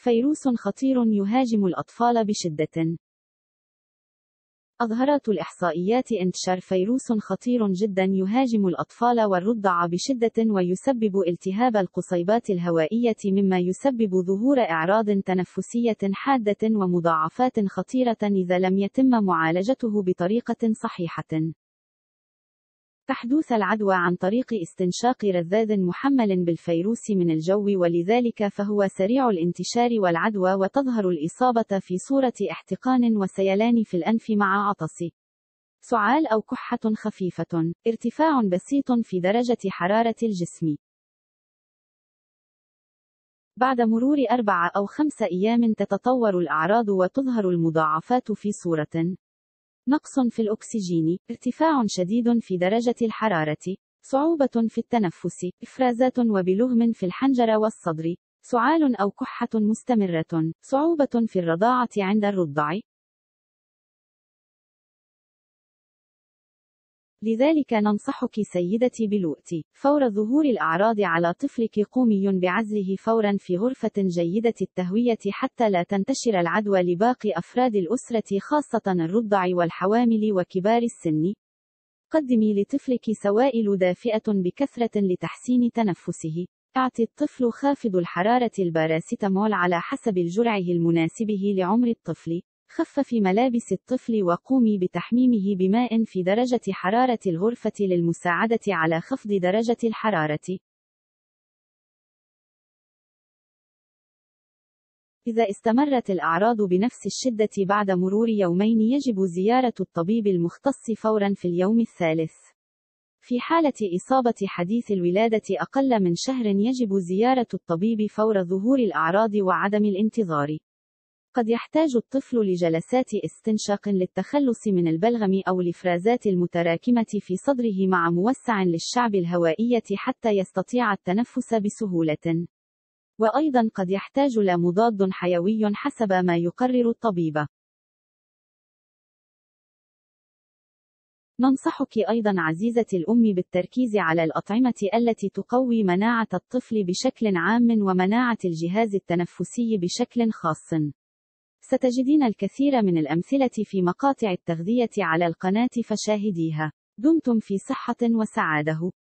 فيروس خطير يهاجم الأطفال بشدة. أظهرت الإحصائيات انتشار فيروس خطير جدا يهاجم الأطفال والرضع بشدة ويسبب التهاب القصيبات الهوائية، مما يسبب ظهور أعراض تنفسية حادة ومضاعفات خطيرة إذا لم يتم معالجته بطريقة صحيحة. تحدث العدوى عن طريق استنشاق رذاذ محمل بالفيروس من الجو، ولذلك فهو سريع الانتشار والعدوى، وتظهر الإصابة في صورة احتقان وسيلان في الأنف مع عطس، سعال أو كحة خفيفة، ارتفاع بسيط في درجة حرارة الجسم. بعد مرور 4 أو 5 أيام تتطور الأعراض وتظهر المضاعفات في صورة: نقص في الأكسجين، ارتفاع شديد في درجة الحرارة، صعوبة في التنفس، إفرازات وبلغم في الحنجرة والصدر، سعال أو كحة مستمرة، صعوبة في الرضاعة عند الرضع. لذلك ننصحك سيدتي بلؤتي، فور ظهور الأعراض على طفلك قومي بعزله فورا في غرفة جيدة التهوية حتى لا تنتشر العدوى لباقي أفراد الأسرة، خاصة الرضع والحوامل وكبار السن. قدمي لطفلك سوائل دافئة بكثرة لتحسين تنفسه. اعطي الطفل خافض الحرارة الباراسيتامول على حسب جرعه المناسبه لعمر الطفل. خففي ملابس الطفل وقومي بتحميمه بماء في درجة حرارة الغرفة للمساعدة على خفض درجة الحرارة. إذا استمرت الأعراض بنفس الشدة بعد مرور يومين، يجب زيارة الطبيب المختص فورا في اليوم الثالث. في حالة إصابة حديث الولادة أقل من شهر، يجب زيارة الطبيب فور ظهور الأعراض وعدم الانتظار. قد يحتاج الطفل لجلسات استنشاق للتخلص من البلغم أو الإفرازات المتراكمة في صدره مع موسع للشعب الهوائية حتى يستطيع التنفس بسهولة. وأيضا قد يحتاج لمضاد حيوي حسب ما يقرر الطبيب. ننصحك أيضا عزيزتي الأم بالتركيز على الأطعمة التي تقوي مناعة الطفل بشكل عام ومناعة الجهاز التنفسي بشكل خاص. ستجدين الكثير من الأمثلة في مقاطع التغذية على القناة، فشاهديها. دمتم في صحة وسعادة.